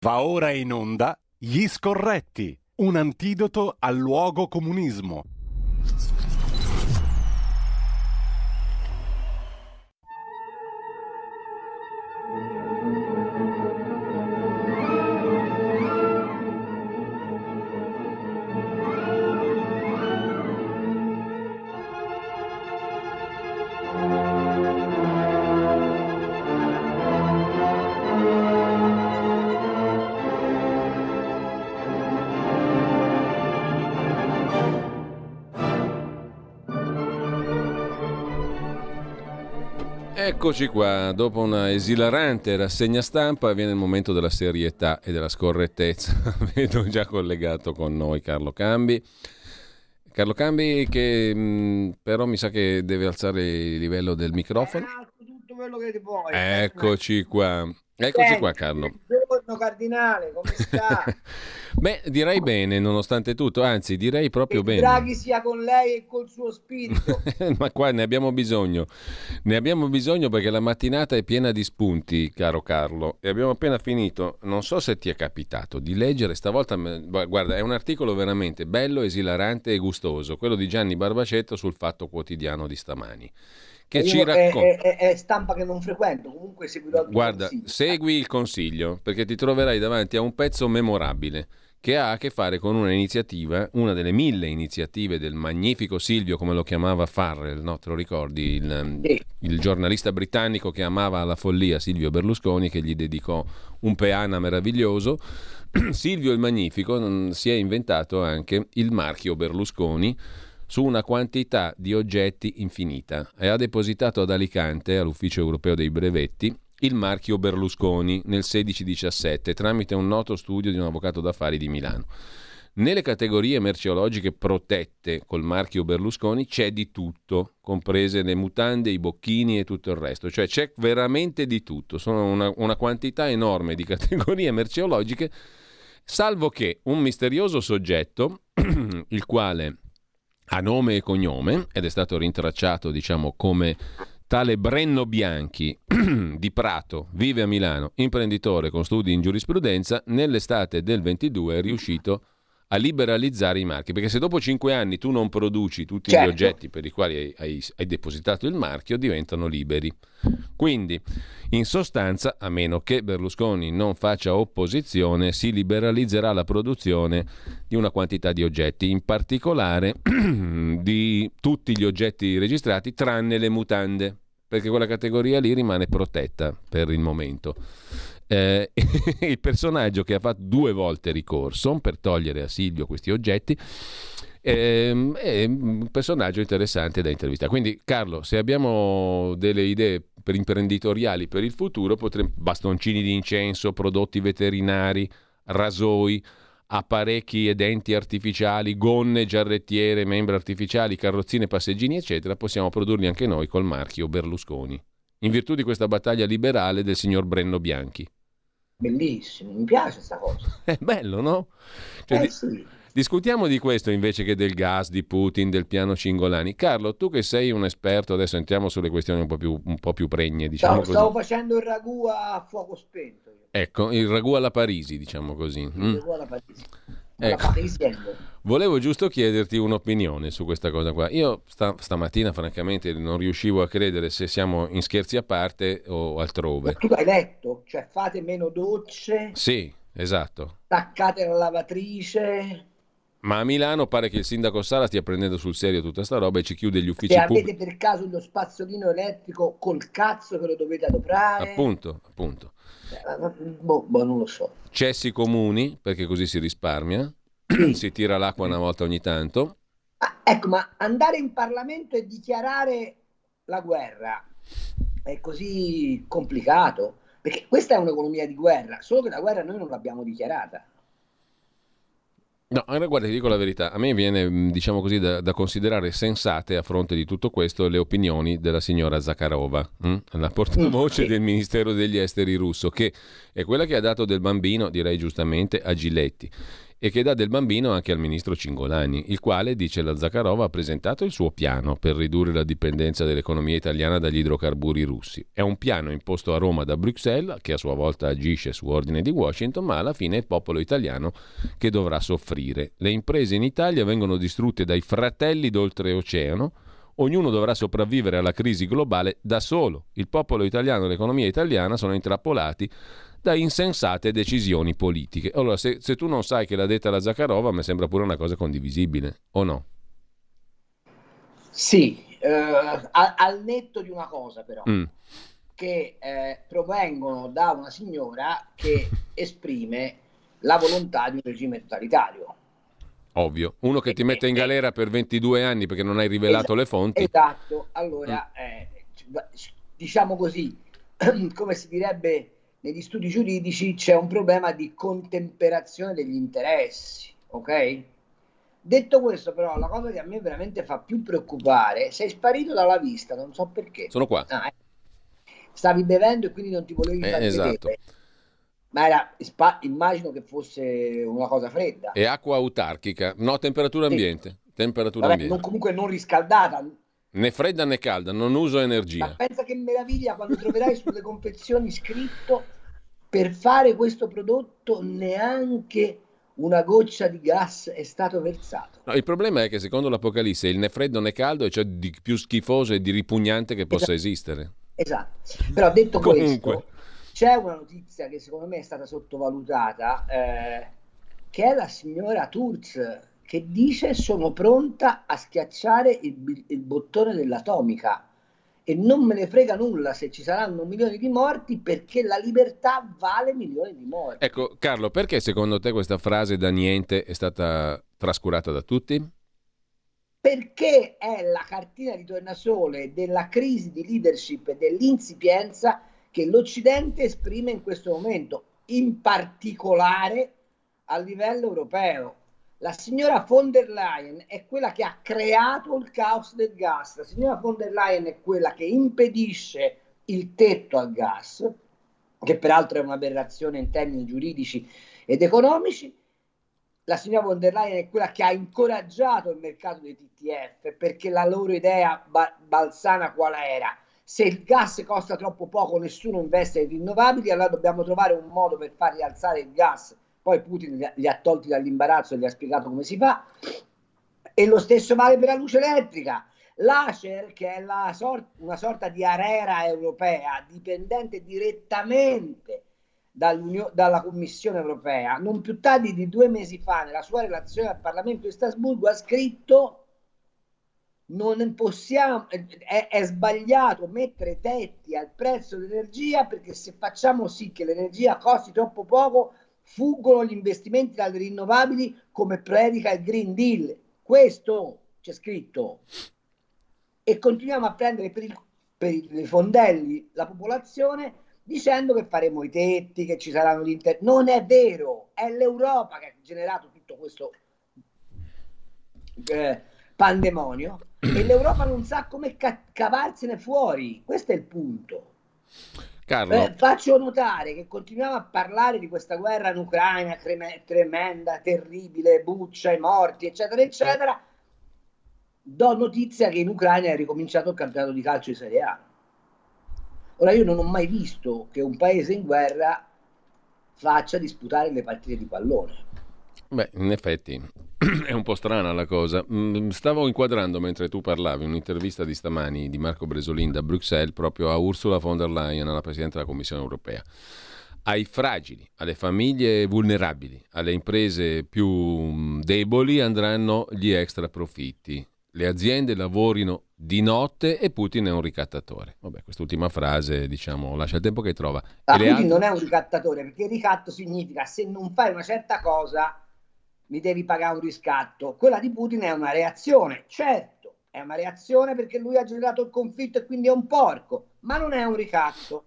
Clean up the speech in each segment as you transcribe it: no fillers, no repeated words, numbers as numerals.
Va ora in onda Gli Scorretti, un antidoto al luogo comunismo. Eccoci qua, dopo una esilarante rassegna stampa viene il momento della serietà e della scorrettezza. Vedo già collegato con noi Carlo Cambi. Carlo Cambi che però mi sa che deve alzare il livello del microfono. Tutto quello che vuoi. Eccoci qua. Eccoci qua Carlo. Buongiorno Cardinale, come sta? Beh, direi bene nonostante tutto, anzi direi proprio bene. Draghi sia con lei e col suo spirito. Ma qua ne abbiamo bisogno perché la mattinata è piena di spunti, caro Carlo, e abbiamo appena finito, non so se ti è capitato di leggere stavolta, guarda, è un articolo veramente bello, esilarante e gustoso, quello di Gianni Barbacetto sul Fatto Quotidiano di stamani. Che ci racconta. È stampa che non frequento, comunque seguirò il tuo Guarda, consiglio. segui il consiglio perché ti troverai davanti a un pezzo memorabile che ha a che fare con una iniziativa, una delle 1000 iniziative del magnifico Silvio, come lo chiamava Farrell, no? Te lo ricordi? Il giornalista britannico che amava alla follia Silvio Berlusconi, che gli dedicò un peana meraviglioso. Silvio il Magnifico si è inventato anche il marchio Berlusconi su una quantità di oggetti infinita e ha depositato ad Alicante, all'Ufficio Europeo dei Brevetti, il marchio Berlusconi nel 16-17 tramite un noto studio di un avvocato d'affari di Milano. Nelle categorie merceologiche protette col marchio Berlusconi c'è di tutto, comprese le mutande, i bocchini e tutto il resto, cioè c'è veramente di tutto, sono una quantità enorme di categorie merceologiche, salvo che un misterioso soggetto, il quale ha nome e cognome ed è stato rintracciato, diciamo, come tale Brenno Bianchi di Prato, vive a Milano, imprenditore con studi in giurisprudenza, nell'estate del 22 è riuscito a liberalizzare i marchi, perché se dopo 5 anni tu non produci tutti gli oggetti per i quali hai depositato il marchio, diventano liberi. Quindi, in sostanza, a meno che Berlusconi non faccia opposizione, si liberalizzerà la produzione di una quantità di oggetti, in particolare di tutti gli oggetti registrati, tranne le mutande, perché quella categoria lì rimane protetta per il momento. Il personaggio che ha fatto 2 volte ricorso per togliere a Silvio questi oggetti è un personaggio interessante da intervistare. Quindi Carlo, se abbiamo delle idee per imprenditoriali per il futuro, bastoncini di incenso, prodotti veterinari, rasoi, apparecchi e denti artificiali, gonne, giarrettiere, membri artificiali, carrozzine, passeggini eccetera, possiamo produrli anche noi col marchio Berlusconi, in virtù di questa battaglia liberale del signor Brenno Bianchi. Bellissimo, mi piace questa cosa. È bello, no? Cioè, Sì. Discutiamo di questo invece che del gas, di Putin, del piano Cingolani. Carlo, tu che sei un esperto, adesso entriamo sulle questioni un po' più pregne, diciamo così. Stavo facendo il ragù a fuoco spento. Ecco, il ragù alla Parisi, diciamo così. Il ragù alla Parisi. Ecco. Volevo giusto chiederti un'opinione su questa cosa qua. Io stamattina francamente non riuscivo a credere se siamo in Scherzi a parte o altrove. Ma tu hai letto? Cioè fate meno docce? Sì, esatto. Staccate la lavatrice. Ma a Milano pare che il sindaco Sala stia prendendo sul serio tutta sta roba e ci chiude gli uffici Se pubblici. avete per caso lo spazzolino elettrico, col cazzo che lo dovete adoprare. Appunto. Non lo so. Cessi comuni, perché così si risparmia. Si tira l'acqua una volta ogni tanto. Ecco, ma andare in Parlamento e dichiarare la guerra è così complicato? Perché questa è un'economia di guerra, solo che la guerra noi non l'abbiamo dichiarata. No, guarda, ti dico la verità, a me viene, diciamo così, da considerare sensate a fronte di tutto questo le opinioni della signora Zakharova, la portavoce del Ministero degli Esteri russo, che è quella che ha dato del bambino, direi giustamente, a Giletti. e che dà del bambino anche al ministro Cingolani, il quale, dice la Zakharova, ha presentato il suo piano per ridurre la dipendenza dell'economia italiana dagli idrocarburi russi. È un piano imposto a Roma da Bruxelles, che a sua volta agisce su ordine di Washington, ma alla fine è il popolo italiano che dovrà soffrire. Le imprese in Italia vengono distrutte dai fratelli d'oltreoceano, ognuno dovrà sopravvivere alla crisi globale da solo. Il popolo italiano e l'economia italiana sono intrappolati da insensate decisioni politiche. Allora, se tu non sai che l'ha detta la Zakharova, mi sembra pure una cosa condivisibile, o no? Sì, al netto di una cosa però, che provengono da una signora che esprime la volontà di un regime totalitario. Ovvio, uno che ti mette in galera per 22 anni perché non hai rivelato le fonti. Esatto, allora, diciamo così, come si direbbe negli studi giuridici, c'è un problema di contemperazione degli interessi, ok? Detto questo, però, la cosa che a me veramente fa più preoccupare, sei sparito dalla vista, non so perché. Sono qua. Stavi bevendo e quindi non ti volevi far esatto. vedere. Ma immagino che fosse una cosa fredda. È acqua autarchica, no, temperatura ambiente. Sì. Temperatura Vabbè, ambiente. comunque non riscaldata. Né fredda né calda, non uso energia. Ma pensa che meraviglia quando troverai sulle confezioni scritto: per fare questo prodotto neanche una goccia di gas è stato versato. No, il problema è che secondo l'Apocalisse il né freddo né caldo è ciò di più schifoso e di ripugnante che possa esistere. Esatto. Però detto Comunque, questo, c'è una notizia che secondo me è stata sottovalutata, che è la signora Turz, che dice: sono pronta a schiacciare il bottone dell'atomica e non me ne frega nulla se ci saranno milioni di morti, perché la libertà vale milioni di morti. Ecco, Carlo, perché secondo te questa frase da niente è stata trascurata da tutti? Perché è la cartina di tornasole della crisi di leadership e dell'insipienza che l'Occidente esprime in questo momento, in particolare a livello europeo. La signora von der Leyen è quella che ha creato il caos del gas. La signora von der Leyen è quella che impedisce il tetto al gas, che peraltro è un'aberrazione in termini giuridici ed economici. La signora von der Leyen è quella che ha incoraggiato il mercato dei TTF, perché la loro idea balzana qual era? Se il gas costa troppo poco, nessuno investe in rinnovabili, allora dobbiamo trovare un modo per far rialzare il gas. Poi Putin li ha tolti dall'imbarazzo e gli ha spiegato come si fa. E lo stesso vale per la luce elettrica. L'Acer, che è una sorta di ARERA europea, dipendente direttamente dalla Commissione europea, non più tardi di 2 mesi fa, nella sua relazione al Parlamento di Strasburgo, ha scritto: non possiamo, è sbagliato mettere tetti al prezzo dell'energia, perché se facciamo sì che l'energia costi troppo poco, fuggono gli investimenti dalle rinnovabili, come predica il Green Deal. Questo c'è scritto. E continuiamo a prendere per i fondelli la popolazione, dicendo che faremo i tetti, che ci saranno gli interventi. Non è vero, è l'Europa che ha generato tutto questo pandemonio, e l'Europa non sa come cavarsene fuori. Questo è il punto. Carlo, faccio notare che continuiamo a parlare di questa guerra in Ucraina tremenda, terribile, buccia, i morti, eccetera, eccetera. Do notizia che in Ucraina è ricominciato il campionato di calcio di Serie A. Ora, io non ho mai visto che un paese in guerra faccia disputare le partite di pallone. Beh, in effetti è un po' strana la cosa. Stavo inquadrando mentre tu parlavi un'intervista di stamani di Marco Bresolin da Bruxelles proprio a Ursula von der Leyen, alla Presidente della Commissione europea. Ai fragili, alle famiglie vulnerabili, alle imprese più deboli andranno gli extra profitti. Le aziende lavorino di notte e Putin è un ricattatore. Vabbè, quest'ultima frase, diciamo, lascia il tempo che trova. Ma Putin non è un ricattatore, perché il ricatto significa: se non fai una certa cosa mi devi pagare un riscatto. Quella di Putin è una reazione, certo, è una reazione perché lui ha generato il conflitto e quindi è un porco, ma non è un ricatto.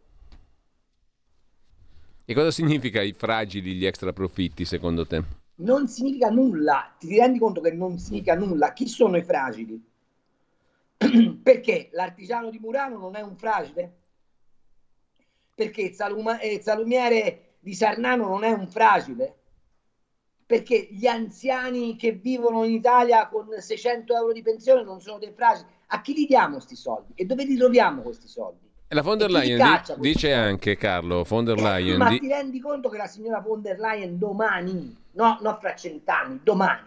E cosa significa i fragili, gli extra profitti, secondo te? Non significa nulla. Ti rendi conto che non significa nulla? Chi sono i fragili? Perché l'artigiano di Murano non è un fragile? Perché il salumiere di Sarnano non è un fragile? perché gli anziani che vivono in Italia con 600 euro di pensione non sono dei fragili. A chi li diamo questi soldi? E dove li troviamo questi soldi? E la von E der chi li Leyen caccia questi dice soldi? anche, Carlo, von der Leyen, Ma ti rendi conto che la signora von der Leyen domani, no fra 100 anni, domani,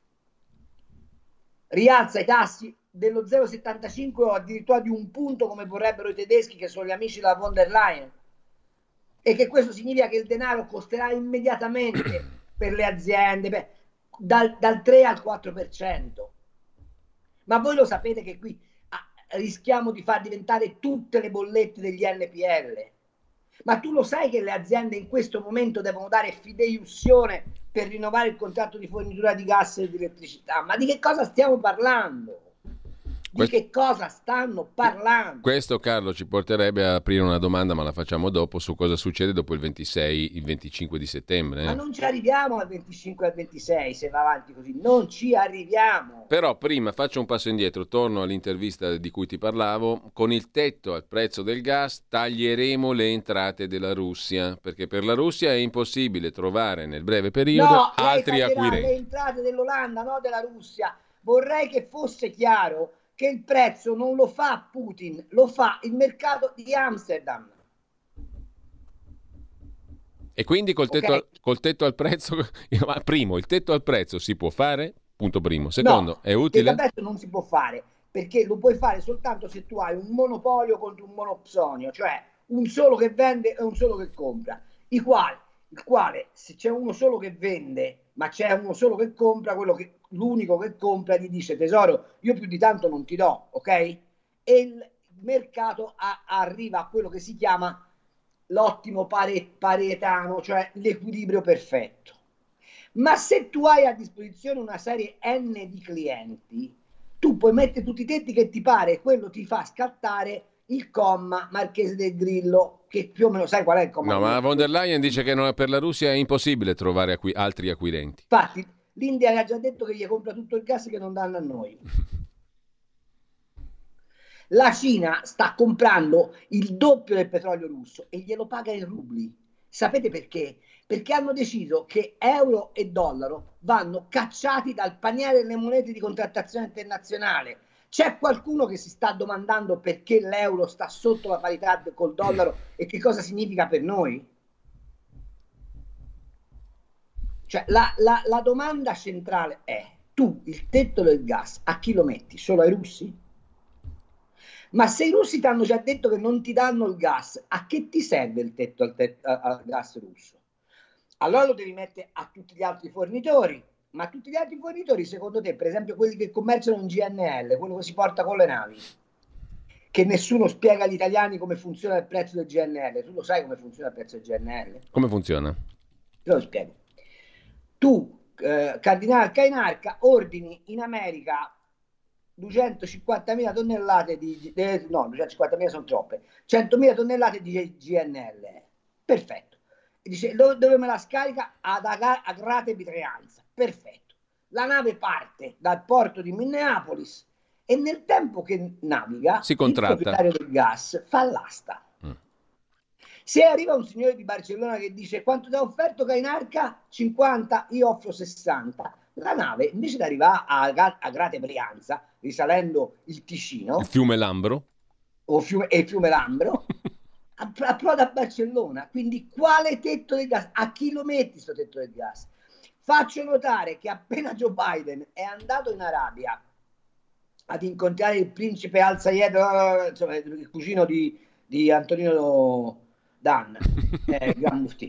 rialza i tassi dello 0,75 o addirittura di un punto come vorrebbero i tedeschi che sono gli amici della von der Leyen, e che questo significa che il denaro costerà immediatamente per le aziende dal 3 al 4%. Ma voi lo sapete che qui rischiamo di far diventare tutte le bollette degli NPL? Ma tu lo sai che le aziende in questo momento devono dare fideiussione per rinnovare il contratto di fornitura di gas e di elettricità? Ma di che cosa stiamo parlando? Di che cosa stanno parlando? Questo, Carlo, ci porterebbe a aprire una domanda, ma la facciamo dopo, su cosa succede dopo il 26, il 25 di settembre. Ma non ci arriviamo al 25 e al 26 se va avanti così, non ci arriviamo. Però prima faccio un passo indietro, torno all'intervista di cui ti parlavo. Con il tetto al prezzo del gas taglieremo le entrate della Russia, perché per la Russia è impossibile trovare nel breve periodo altri acquirenti. Le entrate dell'Olanda, no della Russia. Vorrei che fosse chiaro che il prezzo non lo fa Putin, lo fa il mercato di Amsterdam. E quindi col tetto al prezzo, primo, il tetto al prezzo si può fare? Punto primo. Secondo, no, è utile? Il tetto al prezzo non si può fare, perché lo puoi fare soltanto se tu hai un monopolio contro un monopsonio, cioè un solo che vende e un solo che compra, il quale se c'è uno solo che vende ma c'è uno solo che compra, l'unico che compra gli dice: tesoro, io più di tanto non ti do, ok? E il mercato arriva a quello che si chiama l'ottimo paretano, cioè l'equilibrio perfetto. Ma se tu hai a disposizione una serie N di clienti, tu puoi mettere tutti i tetti che ti pare e quello ti fa scattare il comma Marchese del Grillo, che più o meno sai qual è il comma. No, ma von der Leyen dice che per la Russia è impossibile trovare altri acquirenti. Infatti, l'India ha già detto che gli compra tutto il gas che non danno a noi. La Cina sta comprando il doppio del petrolio russo e glielo paga in rubli. Sapete perché? Perché hanno deciso che euro e dollaro vanno cacciati dal paniere delle monete di contrattazione internazionale. C'è qualcuno che si sta domandando perché l'euro sta sotto la parità col dollaro e che cosa significa per noi? Cioè, la domanda centrale è: tu il tetto del gas a chi lo metti? Solo ai russi? Ma se i russi ti hanno già detto che non ti danno il gas, a che ti serve il tetto al gas russo? Allora lo devi mettere a tutti gli altri fornitori. Ma tutti gli altri fornitori, secondo te, per esempio quelli che commerciano in GNL, quello che si porta con le navi, che nessuno spiega agli italiani come funziona il prezzo del GNL. Tu lo sai come funziona il prezzo del GNL? Come funziona? Te lo spiego. Tu, Cardinale Cainarca, ordini in America 250.000 tonnellate no, 250.000 sono troppe, 100.000 tonnellate di GNL. Perfetto. E dice: dove me la scarica? A Grate Brianza. Perfetto. La nave parte dal porto di Minneapolis e nel tempo che naviga si contratta. Il proprietario del gas fa l'asta. Se arriva un signore di Barcellona che dice: quanto ti ha offerto Cainarca? 50, io offro 60. La nave, invece di arrivare a Grate Brianza, risalendo il Ticino, il fiume Lambro, e il fiume Lambro, approda a Barcellona. Quindi quale tetto del gas? A chi lo metti sto tetto del gas? Faccio notare che appena Joe Biden è andato in Arabia ad incontrare il principe Al Sayed, insomma, il cugino di Antonino Dan, Gran Mufti,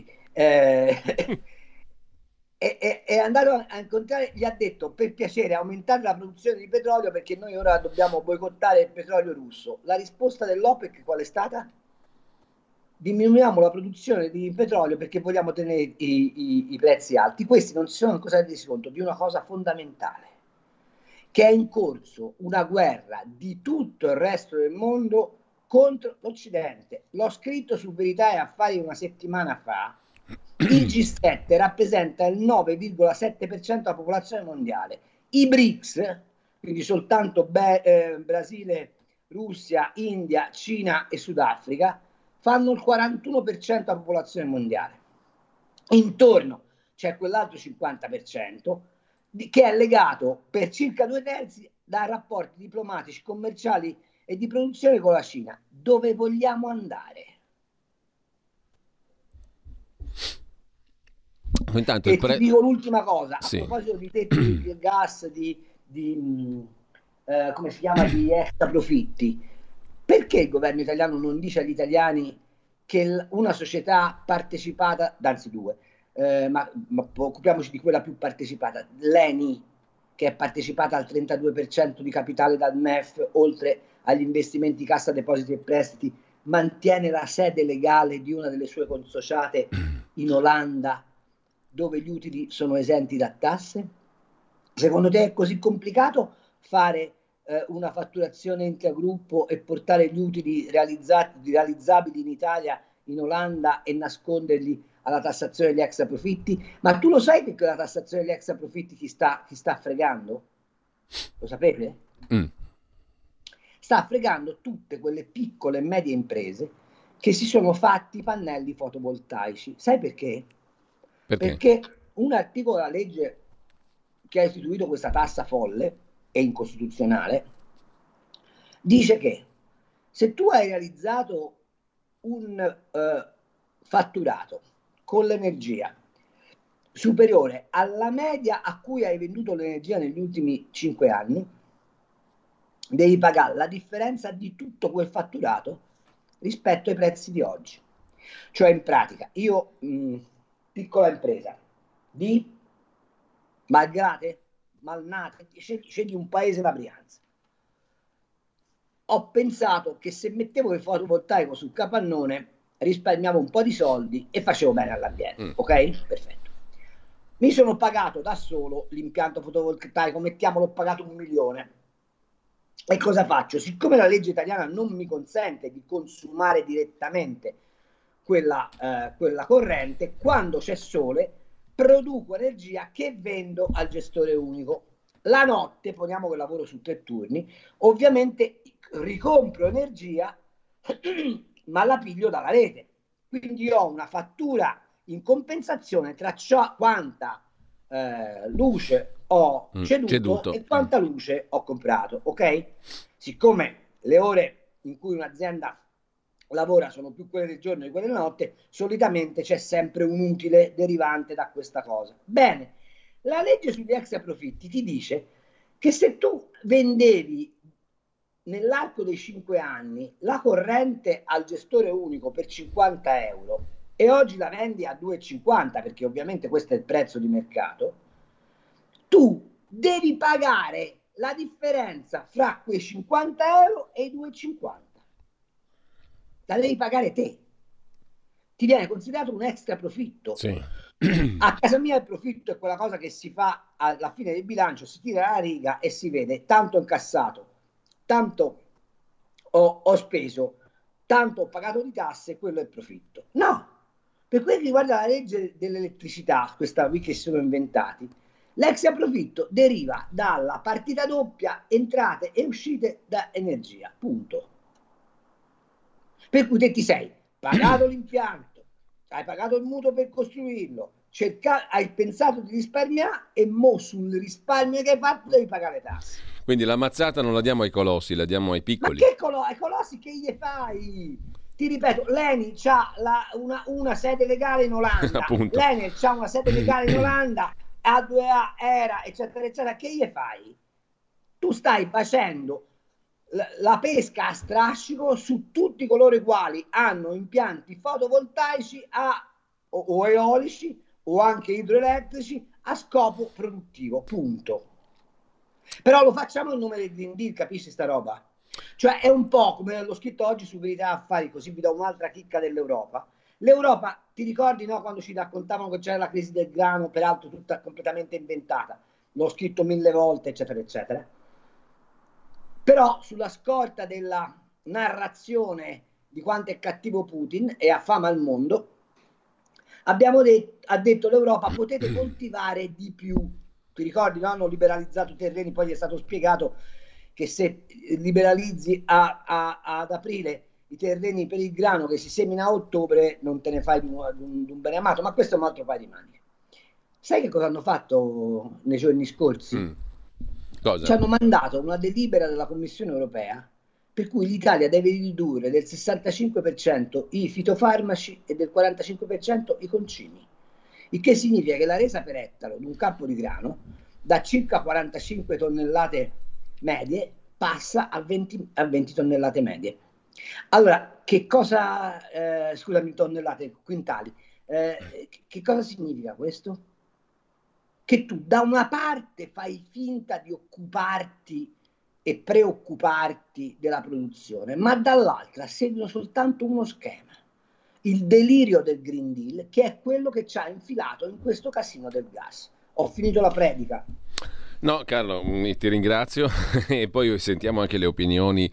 è andato a incontrare, gli ha detto: per piacere aumentare la produzione di petrolio perché noi ora dobbiamo boicottare il petrolio russo. La risposta dell'OPEC qual è stata? Diminuiamo la produzione di petrolio perché vogliamo tenere i prezzi alti. Questi non si sono ancora resi conto di una cosa fondamentale, che è in corso una guerra di tutto il resto del mondo contro l'Occidente. L'ho scritto su Verità e Affari una settimana fa. Il G7 rappresenta il 9,7% della popolazione mondiale. I BRICS, quindi soltanto Brasile, Russia, India, Cina e Sudafrica, fanno il 41% della popolazione mondiale. Intorno c'è quell'altro 50% che è legato per circa 2/3 da rapporti diplomatici, commerciali e di produzione con la Cina. Dove vogliamo andare? Intanto e ti dico l'ultima cosa, sì. A proposito di tetti di gas, come si chiama, di extra profitti, perché il governo italiano non dice agli italiani che una società partecipata, anzi due, ma occupiamoci di quella più partecipata, l'ENI, che è partecipata al 32% di capitale dal MEF, oltre agli investimenti Cassa Depositi e Prestiti, mantiene la sede legale di una delle sue consociate in Olanda, dove gli utili sono esenti da tasse? Secondo te è così complicato fare una fatturazione intragruppo e portare gli utili realizzabili in Italia, in Olanda, e nasconderli alla tassazione degli extra profitti? Ma tu lo sai che la tassazione degli extra profitti ti sta fregando? Lo sapete? Sta fregando tutte quelle piccole e medie imprese che si sono fatti pannelli fotovoltaici. Sai perché? Perché un articolo della legge che ha istituito questa tassa folle e incostituzionale dice che se tu hai realizzato un fatturato con l'energia superiore alla media a cui hai venduto l'energia negli ultimi 5 anni, devi pagare la differenza di tutto quel fatturato rispetto ai prezzi di oggi. Cioè, in pratica, io, piccola impresa di malgrate, malnate, scegli un paese, la Brianza. Ho pensato che se mettevo il fotovoltaico sul capannone risparmiavo un po' di soldi e facevo bene all'ambiente. Ok? Perfetto. Mi sono pagato da solo l'impianto fotovoltaico, mettiamolo, ho pagato 1 milione. E cosa faccio? Siccome la legge italiana non mi consente di consumare direttamente quella corrente, quando c'è sole produco energia che vendo al gestore unico. La notte, poniamo che lavoro su 3 turni, ovviamente ricompro energia ma la piglio dalla rete, quindi ho una fattura in compensazione tra quanta luce ho ceduto e quanta luce ho comprato. Ok? Siccome le ore in cui un'azienda lavora sono più quelle del giorno che quelle della notte, solitamente c'è sempre un utile derivante da questa cosa. Bene, la legge sugli extra profitti ti dice che se tu vendevi nell'arco dei 5 anni la corrente al gestore unico per 50 euro e oggi la vendi a 2,50, perché ovviamente questo è il prezzo di mercato, tu devi pagare la differenza fra quei 50 euro e i 2,50. La devi pagare te. Ti viene considerato un extra profitto. Sì. A casa mia il profitto è quella cosa che si fa alla fine del bilancio, si tira la riga e si vede tanto incassato, tanto ho speso, tanto ho pagato di tasse, quello è il profitto. No, per quel che riguarda la legge dell'elettricità, questa qui che si sono inventati, l'extra profitto deriva dalla partita doppia entrate e uscite da energia, punto. Per cui te ti sei pagato l'impianto, hai pagato il mutuo per costruirlo, hai pensato di risparmiare e mo sul risparmio che hai fatto devi pagare le tasse. Quindi la mazzata non la diamo ai colossi, la diamo ai piccoli. Ma che ai colossi che gli fai? Ti ripeto, l'Eni c'ha una sede legale in Olanda, l'Eni c'ha una sede legale in Olanda, A2A, ERA, eccetera, eccetera. Che gli fai? Tu stai facendo la pesca a strascico su tutti coloro i quali hanno impianti fotovoltaici o eolici o anche idroelettrici a scopo produttivo, punto. Però lo facciamo in nome del Green Deal, capisci sta roba? Cioè è un po' come l'ho scritto oggi su Verità Affari, così vi do un'altra chicca dell'Europa. L'Europa, ti ricordi, no, quando ci raccontavano che c'era la crisi del grano, peraltro tutta completamente inventata, l'ho scritto 1000 volte, eccetera, eccetera. Però sulla scorta della narrazione di quanto è cattivo Putin e affama il mondo, ha detto l'Europa: potete coltivare di più. Ti ricordi, no? Hanno liberalizzato i terreni, poi gli è stato spiegato che se liberalizzi ad aprile i terreni per il grano che si semina a ottobre non te ne fai di un bene amato, ma questo è un altro paio di maniche. Sai che cosa hanno fatto nei giorni scorsi? Cosa? Ci hanno mandato una delibera della Commissione europea per cui l'Italia deve ridurre del 65% i fitofarmaci e del 45% i concimi. Il che significa che la resa per ettaro di un campo di grano da circa 45 tonnellate medie passa a 20 tonnellate medie. Allora, che cosa, scusami, tonnellate, quintali, che cosa significa questo? Che tu da una parte fai finta di occuparti e preoccuparti della produzione, ma dall'altra seguono soltanto uno schema, il delirio del Green Deal, che è quello che ci ha infilato in questo casino del gas. Ho finito la predica. No, Carlo, ti ringrazio e poi sentiamo anche le opinioni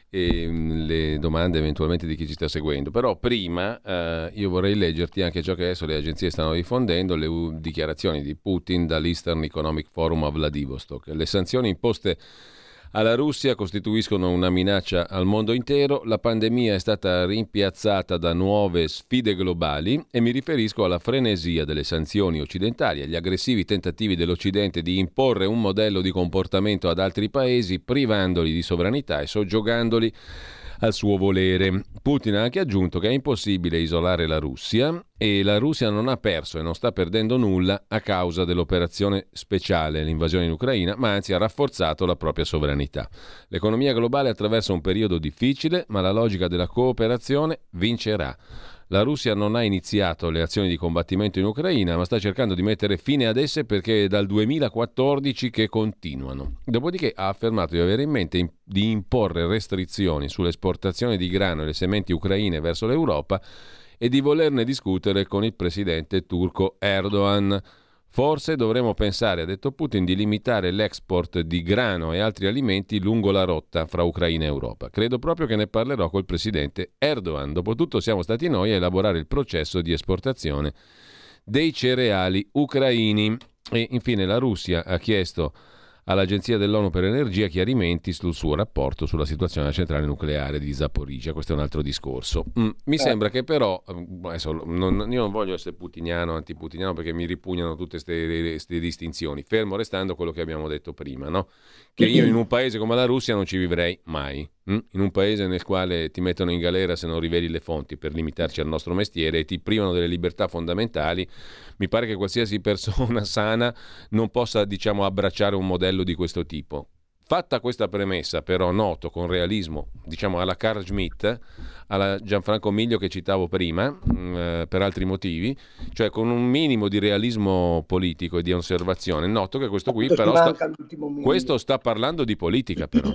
e le domande eventualmente di chi ci sta seguendo. Però prima io vorrei leggerti anche ciò che adesso le agenzie stanno diffondendo, le dichiarazioni di Putin dall'Eastern Economic Forum a Vladivostok. Le sanzioni imposte alla Russia costituiscono una minaccia al mondo intero, la pandemia è stata rimpiazzata da nuove sfide globali e mi riferisco alla frenesia delle sanzioni occidentali, agli aggressivi tentativi dell'Occidente di imporre un modello di comportamento ad altri paesi, privandoli di sovranità e soggiogandoli al suo volere. Putin ha anche aggiunto che è impossibile isolare la Russia e la Russia non ha perso e non sta perdendo nulla a causa dell'operazione speciale, l'invasione in Ucraina, ma anzi ha rafforzato la propria sovranità. L'economia globale attraversa un periodo difficile, ma la logica della cooperazione vincerà. La Russia non ha iniziato le azioni di combattimento in Ucraina, ma sta cercando di mettere fine ad esse perché è dal 2014 che continuano. Dopodiché ha affermato di avere in mente di imporre restrizioni sull'esportazione di grano e le sementi ucraine verso l'Europa e di volerne discutere con il presidente turco Erdogan. Forse dovremmo pensare, ha detto Putin, di limitare l'export di grano e altri alimenti lungo la rotta fra Ucraina e Europa. Credo proprio che ne parlerò col presidente Erdogan. Dopotutto siamo stati noi a elaborare il processo di esportazione dei cereali ucraini. E infine la Russia ha chiesto all'Agenzia dell'ONU per l'Energia chiarimenti sul suo rapporto sulla situazione della centrale nucleare di Zaporizhzhia. Questo è un altro discorso. Mi sembra che però, adesso, io non voglio essere putiniano, antiputiniano, perché mi ripugnano tutte queste distinzioni, fermo restando quello che abbiamo detto prima, no? Che io in un paese come la Russia non ci vivrei mai, in un paese nel quale ti mettono in galera se non riveli le fonti per limitarci al nostro mestiere e ti privano delle libertà fondamentali. Mi pare che qualsiasi persona sana non possa, diciamo, abbracciare un modello di questo tipo. Fatta questa premessa, però, noto con realismo, diciamo alla Carl Schmitt, alla Gianfranco Miglio che citavo prima, per altri motivi, cioè con un minimo di realismo politico e di osservazione, noto che questo qui però questo sta parlando di politica, però.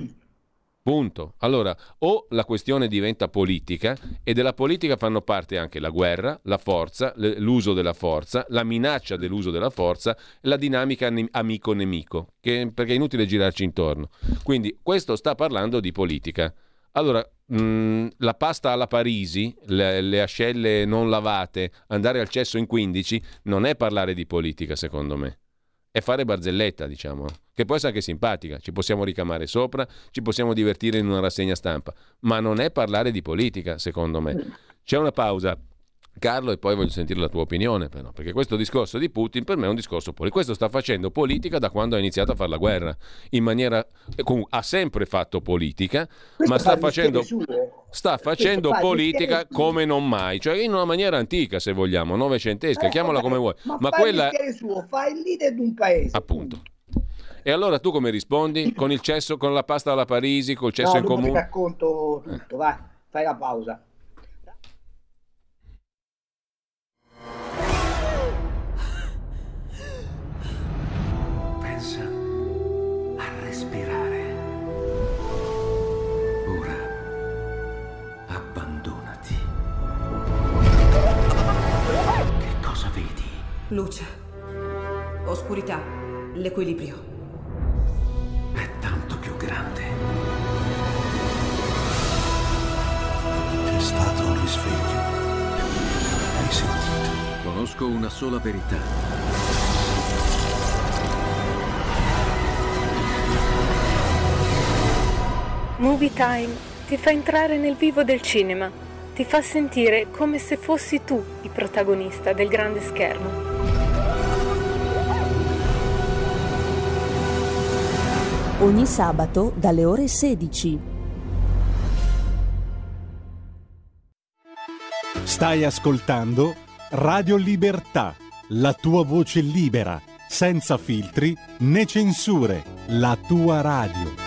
Punto. Allora, o la questione diventa politica e della politica fanno parte anche la guerra, la forza, l'uso della forza, la minaccia dell'uso della forza e la dinamica amico-nemico, perché è inutile girarci intorno. Quindi questo sta parlando di politica. Allora, la pasta alla Parisi, le ascelle non lavate, andare al cesso in 15 non è parlare di politica, secondo me. È fare barzelletta, diciamo, che può essere anche simpatica, ci possiamo ricamare sopra, ci possiamo divertire in una rassegna stampa, ma non è parlare di politica, secondo me. C'è una pausa, Carlo, e poi voglio sentire la tua opinione, però, perché questo discorso di Putin per me è un discorso politico. Questo sta facendo politica da quando ha iniziato a fare la guerra, in maniera ha sempre fatto politica, questo ma sta facendo politica come non mai, cioè in una maniera antica, se vogliamo, novecentesca, chiamala come vuoi, ma quella suo, fa il leader di un paese, appunto. E allora tu come rispondi? Con il cesso, con la pasta alla Parisi, col cesso in comune? Ti racconto tutto, vai, fai la pausa. Pensa a respirare. Ora abbandonati. Che cosa vedi? Luce, oscurità, l'equilibrio. È tanto più grande. C'è stato un risveglio. Hai sentito? Conosco una sola verità. Movie Time ti fa entrare nel vivo del cinema, ti fa sentire come se fossi tu il protagonista del grande schermo. ogni sabato dalle ore 16. Stai ascoltando Radio Libertà, la tua voce libera, senza filtri né censure, la tua radio.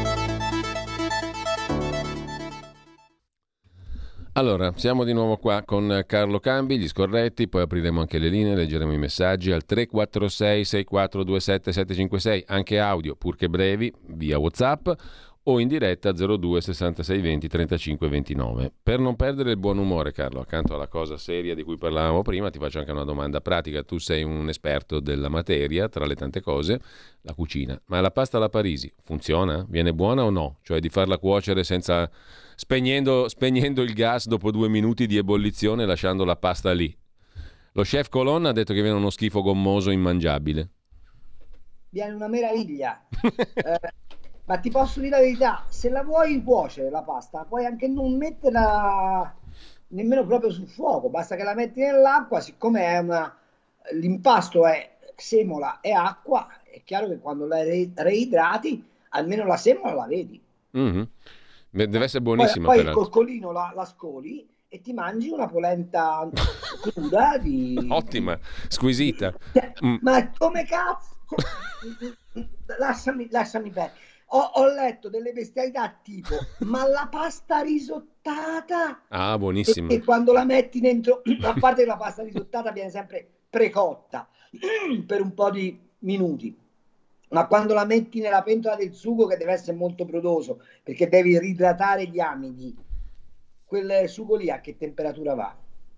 Allora, siamo di nuovo qua con Carlo Cambi, gli scorretti, poi apriremo anche le linee, leggeremo i messaggi al 346 6427 756, anche audio, purché brevi, via WhatsApp, o in diretta 02 66 20 35 29. Per non perdere il buon umore, Carlo, accanto alla cosa seria di cui parlavamo prima, ti faccio anche una domanda pratica. Tu sei un esperto della materia, tra le tante cose, la cucina. Ma la pasta alla Parisi funziona? Viene buona o no? Cioè di farla cuocere senza... spegnendo il gas dopo 2 minuti di ebollizione e lasciando la pasta lì. Lo chef Colonna ha detto che viene uno schifo gommoso immangiabile. Viene una meraviglia. Ma ti posso dire la verità, se la vuoi cuocere la pasta, puoi anche non metterla nemmeno proprio sul fuoco, basta che la metti nell'acqua, siccome l'impasto è semola e acqua, è chiaro che quando la reidrati, almeno la semola la vedi. Mm-hmm. Deve essere buonissima. Poi il coccolino la scoli e ti mangi una polenta cruda di... Ottima, squisita. Ma come cazzo? Lasciami perdere. Ho letto delle bestialità tipo, ma la pasta risottata... Ah, buonissima. E quando la metti dentro, a parte che la pasta risottata viene sempre precotta per un po' di minuti, ma quando la metti nella pentola del sugo, che deve essere molto brodoso, perché devi ridratare gli amidi, quel sugo lì a che temperatura va?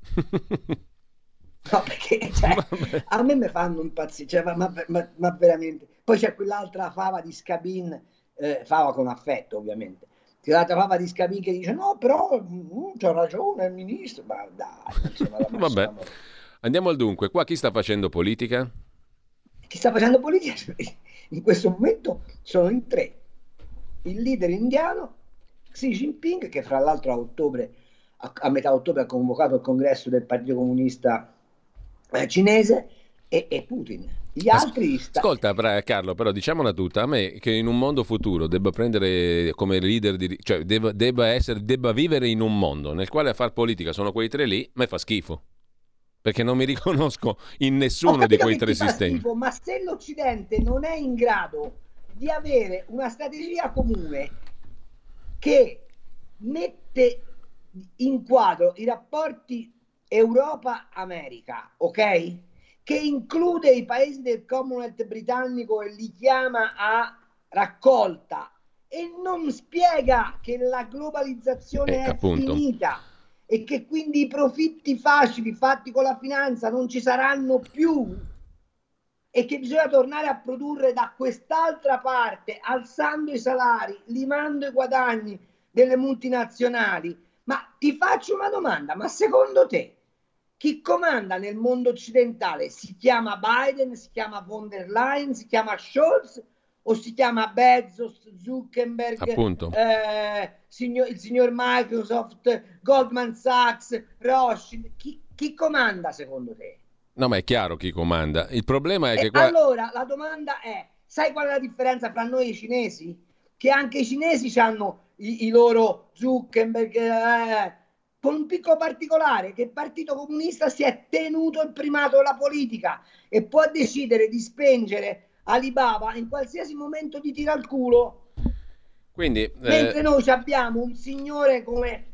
No, perché a me mi fanno impazzire, cioè, ma veramente. Poi c'è quell'altra fava di Scabin, fava con affetto ovviamente, l'altra fava di Scabin che dice no, però c'ha ragione il ministro, ma dai, vabbè. Andiamo al dunque. Qua chi sta facendo politica? Chi sta facendo politica in questo momento sono in 3: il leader indiano Xi Jinping, che fra l'altro a metà ottobre ha convocato il congresso del Partito Comunista cinese, e Putin. Gli altri Ascolta Carlo, però diciamola tutta, a me che in un mondo futuro debba prendere come leader cioè debba vivere in un mondo nel quale a far politica sono quei 3 lì, me fa schifo, perché non mi riconosco in nessuno di quei 3 sistemi. Schifo, ma se l'Occidente non è in grado di avere una strategia comune che mette in quadro i rapporti Europa-America, ok? Che include i paesi del Commonwealth britannico e li chiama a raccolta e non spiega che la globalizzazione è finita e che quindi i profitti facili fatti con la finanza non ci saranno più e che bisogna tornare a produrre da quest'altra parte, alzando i salari, limando i guadagni delle multinazionali. Ma ti faccio una domanda, ma secondo te chi comanda nel mondo occidentale si chiama Biden, si chiama von der Leyen, si chiama Scholz o si chiama Bezos, Zuckerberg, il signor Microsoft, Goldman Sachs, Rothschild? Chi comanda secondo te? No, ma è chiaro chi comanda. Il problema è che qua... Allora, la domanda è, sai qual è la differenza fra noi e i cinesi? Che anche i cinesi hanno i loro Zuckerberg... con un piccolo particolare, che il Partito Comunista si è tenuto il primato della politica e può decidere di spengere Alibaba in qualsiasi momento di tira al culo. Quindi, mentre noi abbiamo un signore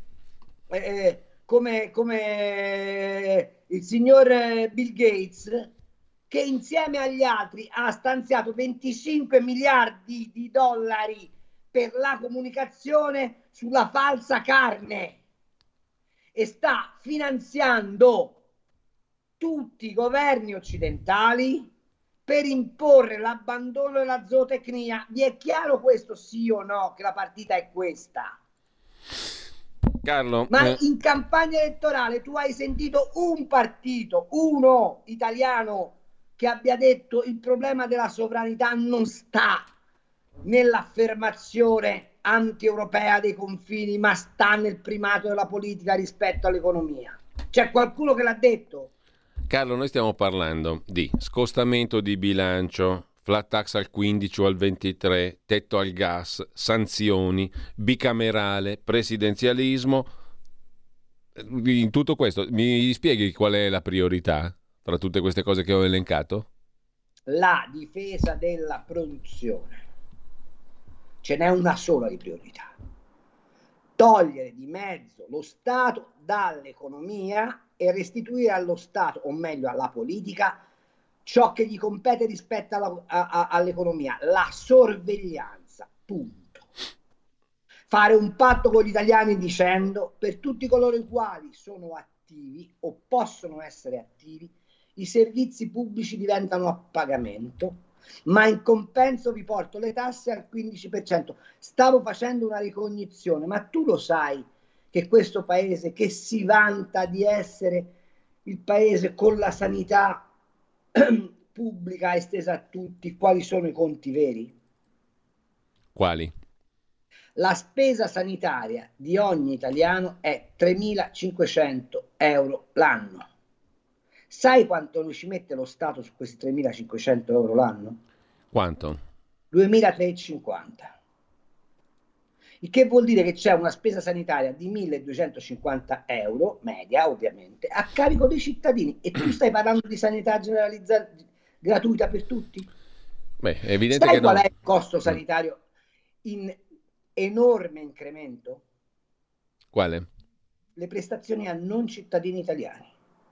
come il signor Bill Gates, che insieme agli altri ha stanziato 25 miliardi di dollari per la comunicazione sulla falsa carne e sta finanziando tutti i governi occidentali per imporre l'abbandono della zootecnia. Vi è chiaro questo, sì o no, che la partita è questa? Carlo, ma in campagna elettorale tu hai sentito un partito, uno italiano, che abbia detto il problema della sovranità non sta nell'affermazione anti-europea dei confini, ma sta nel primato della politica rispetto all'economia? C'è qualcuno che l'ha detto? Carlo, noi stiamo parlando di scostamento di bilancio, flat tax al 15 o al 23, tetto al gas, sanzioni, bicamerale, presidenzialismo. In tutto questo mi spieghi qual è la priorità tra tutte queste cose che ho elencato? La difesa della produzione. Ce n'è una sola di priorità: togliere di mezzo lo Stato dall'economia e restituire allo Stato, o meglio alla politica, ciò che gli compete rispetto all'economia, la sorveglianza, punto. Fare un patto con gli italiani dicendo: per tutti coloro i quali sono attivi o possono essere attivi, i servizi pubblici diventano a pagamento, ma in compenso vi porto le tasse al 15%. Stavo facendo una ricognizione, ma tu lo sai che questo paese, che si vanta di essere il paese con la sanità pubblica estesa a tutti, quali sono i conti veri? Quali? La spesa sanitaria di ogni italiano è 3.500 euro l'anno. Sai quanto ci mette lo Stato su questi 3.500 euro l'anno? Quanto? 2.350. Il che vuol dire che c'è una spesa sanitaria di 1.250 euro, media ovviamente, a carico dei cittadini. E tu stai parlando di sanità generalizzata, gratuita per tutti? Beh, è evidente Sai che qual no. è il costo sanitario in enorme incremento? Quale? Le prestazioni a non cittadini italiani.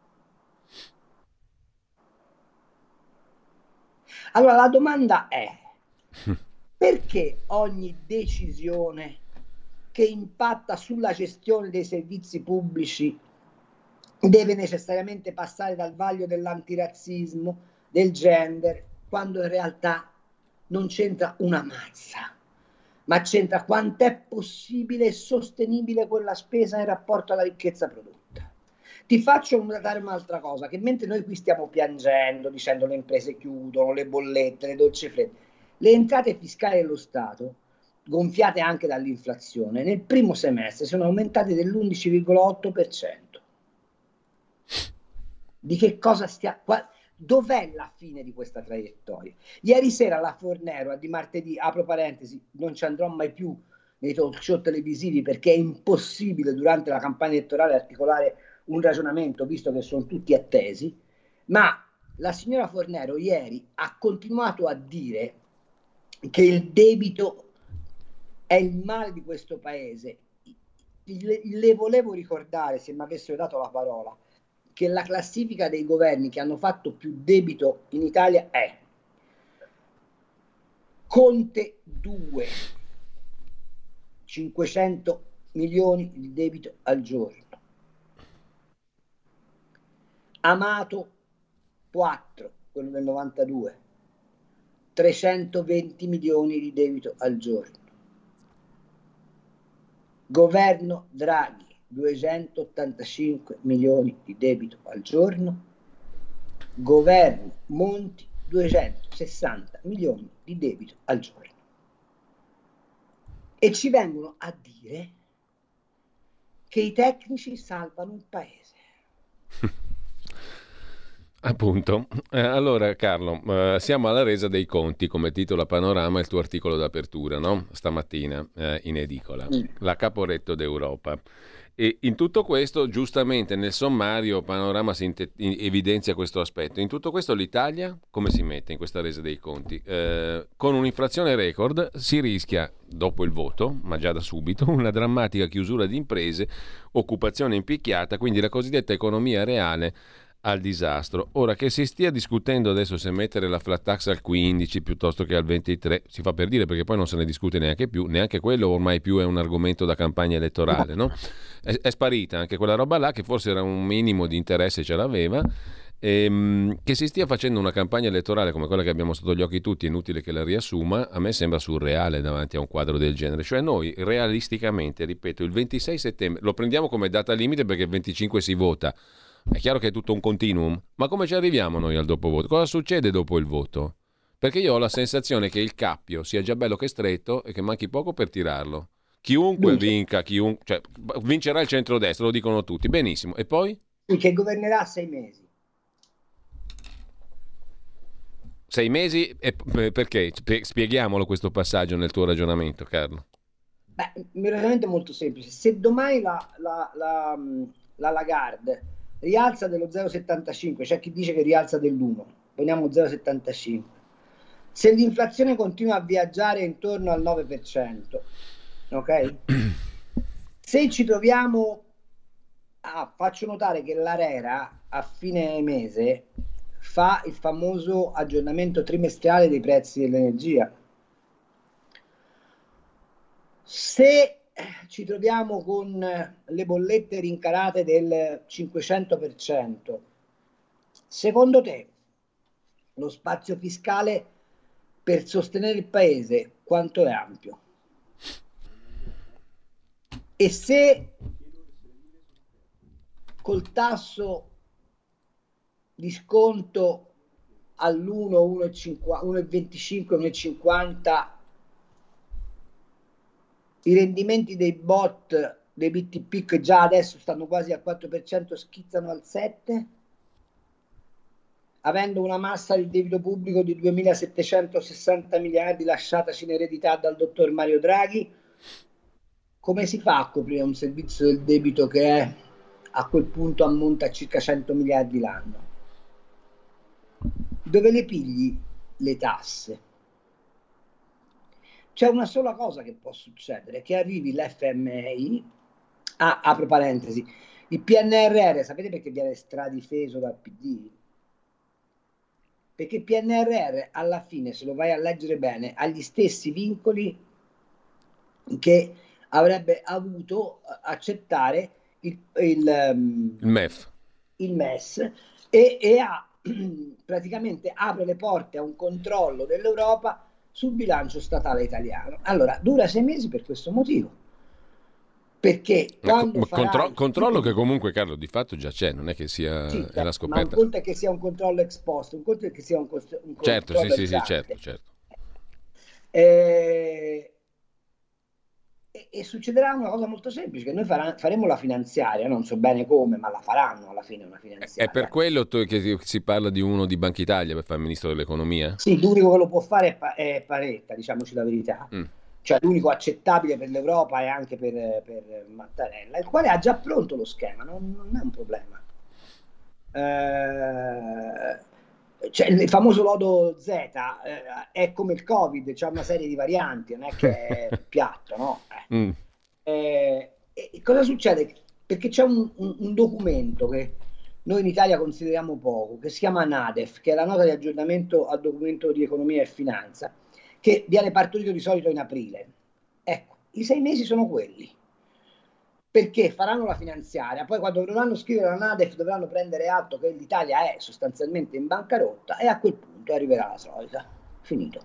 Allora la domanda è: perché ogni decisione che impatta sulla gestione dei servizi pubblici deve necessariamente passare dal vaglio dell'antirazzismo, del gender, quando in realtà non c'entra una mazza, ma c'entra quanto è possibile e sostenibile quella spesa in rapporto alla ricchezza prodotta? Ti faccio notare un'altra cosa, che mentre noi qui stiamo piangendo, dicendo le imprese chiudono, le bollette, le dolci fredde, le entrate fiscali dello Stato, gonfiate anche dall'inflazione, nel primo semestre sono aumentate dell'11,8%. Di che cosa dov'è la fine di questa traiettoria? Ieri sera la Fornero, di martedì, apro parentesi, non ci andrò mai più nei talk show televisivi perché è impossibile durante la campagna elettorale articolare un ragionamento, visto che sono tutti attesi, ma la signora Fornero ieri ha continuato a dire che il debito è il male di questo paese. Le volevo ricordare, se mi avessero dato la parola, che la classifica dei governi che hanno fatto più debito in Italia è Conte 2, 500 milioni di debito al giorno, Amato 4, quello del 92, 320 milioni di debito al giorno, governo Draghi 285 milioni di debito al giorno, governo Monti 260 milioni di debito al giorno. E ci vengono a dire che i tecnici salvano il paese. Appunto. Allora Carlo, siamo alla resa dei conti, come titola Panorama il tuo articolo d'apertura, no? Stamattina in edicola, la Caporetto d'Europa. E in tutto questo, giustamente nel sommario, Panorama evidenzia questo aspetto. In tutto questo l'Italia come si mette in questa resa dei conti? Con un'inflazione record si rischia, dopo il voto, ma già da subito, una drammatica chiusura di imprese, occupazione impicchiata, quindi la cosiddetta economia reale al disastro. Ora, che si stia discutendo adesso se mettere la flat tax al 15 piuttosto che al 23, si fa per dire, perché poi non se ne discute neanche più, neanche quello ormai più è un argomento da campagna elettorale, no? È sparita anche quella roba là, che forse era un minimo di interesse, ce l'aveva. Che si stia facendo una campagna elettorale come quella che abbiamo sotto gli occhi tutti, è inutile che la riassuma, a me sembra surreale davanti a un quadro del genere. Cioè noi realisticamente, ripeto, il 26 settembre lo prendiamo come data limite perché il 25 si vota. È chiaro che è tutto un continuum, ma come ci arriviamo noi al dopovoto? Cosa succede dopo il voto? Perché io ho la sensazione che il cappio sia già bello che stretto e che manchi poco per tirarlo. Chiunque vinca, cioè, vincerà il centrodestra, lo dicono tutti. Benissimo. E poi? Che governerà 6 mesi. 6 mesi, perché? Spieghiamolo questo passaggio nel tuo ragionamento, Carlo. Beh, il mio ragionamento è molto semplice. Se domani la Lagarde rialza dello 0,75, c'è chi dice che rialza dell'1, poniamo 0,75. Se l'inflazione continua a viaggiare intorno al 9%, ok? Se ci troviamo faccio notare che l'ARERA a fine mese fa il famoso aggiornamento trimestrale dei prezzi dell'energia. Se ci troviamo con le bollette rincarate del 500%, secondo te lo spazio fiscale per sostenere il paese quanto è ampio? E se col tasso di sconto all'1, 1,25, 1,50 i rendimenti dei bot, dei BTP che già adesso stanno quasi al 4%, schizzano al 7%, avendo una massa di debito pubblico di 2.760 miliardi lasciataci in eredità dal dottor Mario Draghi, come si fa a coprire un servizio del debito che è, a quel punto ammonta a circa 100 miliardi l'anno? Dove le pigli le tasse? C'è una sola cosa che può succedere, che arrivi l'FMI, apro parentesi, il PNRR, sapete perché viene stradifeso dal PD? Perché il PNRR alla fine, se lo vai a leggere bene, ha gli stessi vincoli che avrebbe avuto accettare il MEF e praticamente apre le porte a un controllo dell'Europa sul bilancio statale italiano. Allora, dura 6 mesi per questo motivo. Perché quando controllo che comunque, Carlo, di fatto già c'è, non è che sia è la scoperta. Ma un conto è che sia un controllo ex post, un conto è che sia un controllo certo, sì, certo. E succederà una cosa molto semplice, che noi faremo la finanziaria, non so bene come, ma la faranno alla fine una finanziaria. È per quello che si parla di uno di Banca Italia per fare il ministro dell'economia? Sì, l'unico che lo può fare è Paretta, diciamoci la verità. Cioè l'unico accettabile per l'Europa e anche per Mattarella, il quale ha già pronto lo schema, non è un problema. Cioè, il famoso lodo Z è come il Covid, c'ha una serie di varianti, non è che è piatto, no? E cosa succede? Perché c'è un documento che noi in Italia consideriamo poco, che si chiama NADEF, che è la nota di aggiornamento al documento di economia e finanza, che viene partorito di solito in aprile. Ecco, i 6 mesi sono quelli. Perché faranno la finanziaria, poi quando dovranno scrivere la NADEF dovranno prendere atto che l'Italia è sostanzialmente in bancarotta e a quel punto arriverà la solita. Finito.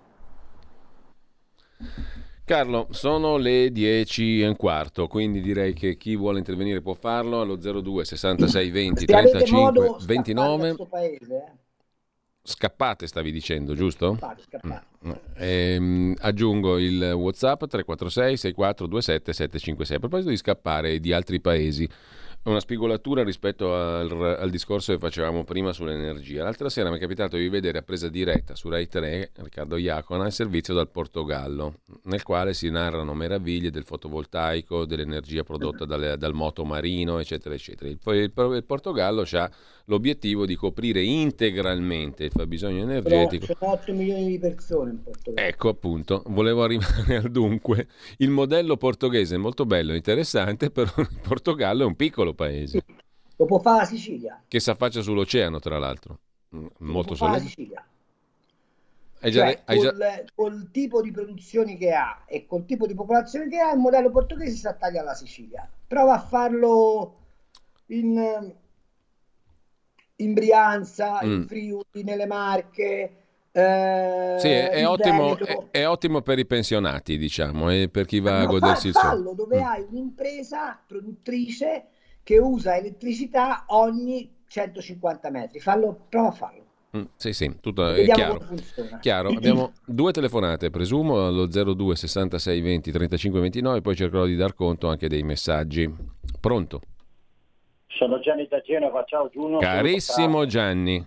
Carlo, sono le 10:15, quindi direi che chi vuole intervenire può farlo allo 02 66 20 35 29. Paese, Scappate, stavi dicendo, giusto? Scappate. Aggiungo il WhatsApp 346 6427 756. A proposito di scappare e di altri paesi, una spigolatura rispetto al discorso che facevamo prima sull'energia. L'altra sera mi è capitato di vedere a presa diretta su Rai 3 Riccardo Iacona il servizio dal Portogallo, nel quale si narrano meraviglie del fotovoltaico, dell'energia prodotta dal moto marino, eccetera, eccetera. Il Portogallo ha l'obiettivo di coprire integralmente il fabbisogno energetico. Però sono 8 milioni di persone in Portogallo. Ecco, appunto, volevo arrivare al dunque. Il modello portoghese è molto bello, interessante, però il Portogallo è un piccolo paese. Sì, lo può fare la Sicilia. Che si affaccia sull'oceano, tra l'altro. Molto solo. La Sicilia. Col tipo di produzioni che ha e col tipo di popolazione che ha, il modello portoghese si attaglia alla Sicilia. Prova a farlo in Brianza, in Friuli, nelle Marche. Sì, è ottimo per i pensionati, diciamo, e per chi va a godersi il sole. Fallo dove hai un'impresa produttrice che usa elettricità ogni 150 metri. Prova a farlo. Sì, tutto è chiaro. Abbiamo 2 telefonate, presumo, allo 02 66 20 35 29, poi cercherò di dar conto anche dei messaggi. Pronto? Sono Gianni da Genova, ciao Giuno. Carissimo Gianni,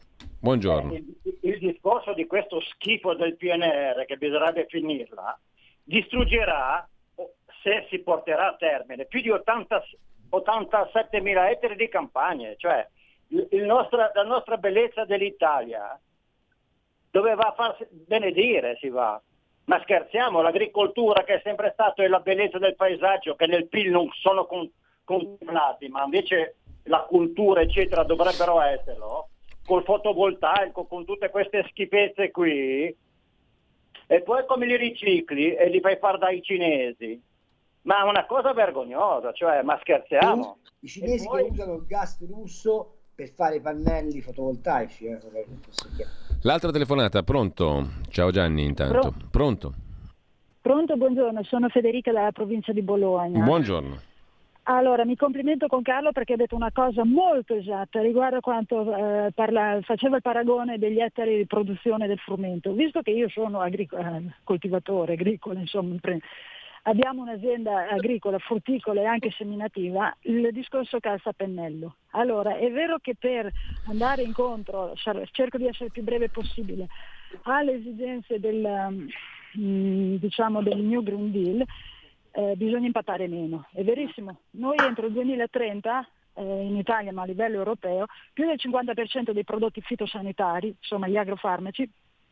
Buongiorno. Il discorso di questo schifo del PNR, che bisognerebbe finirla, distruggerà, se si porterà a termine, più di 87.000 ettari di campagne. Cioè la nostra bellezza dell'Italia doveva farsi benedire, si va. Ma scherziamo, l'agricoltura, che è sempre stato, e la bellezza del paesaggio, che nel PIL non sono contemplati, ma invece la cultura eccetera dovrebbero esserlo, col fotovoltaico, con tutte queste schifezze qui, e poi come li ricicli e li fai fare dai cinesi? Ma è una cosa vergognosa, cioè, ma scherziamo? I cinesi poi... che usano il gas russo per fare i pannelli fotovoltaici. L'altra telefonata, pronto? Ciao Gianni, intanto. Pronto? Pronto, buongiorno, sono Federica dalla provincia di Bologna. Buongiorno. Allora, mi complimento con Carlo perché ha detto una cosa molto esatta riguardo a quanto faceva il paragone degli ettari di produzione del frumento. Visto che io sono coltivatore agricolo, insomma, abbiamo un'azienda agricola, frutticola e anche seminativa, il discorso calza a pennello. Allora, è vero che per andare incontro, cerco di essere il più breve possibile, alle esigenze del New Green Deal, bisogna impattare meno. È verissimo. Noi entro il 2030, in Italia ma a livello europeo, più del 50% dei prodotti fitosanitari, insomma gli agrofarmaci,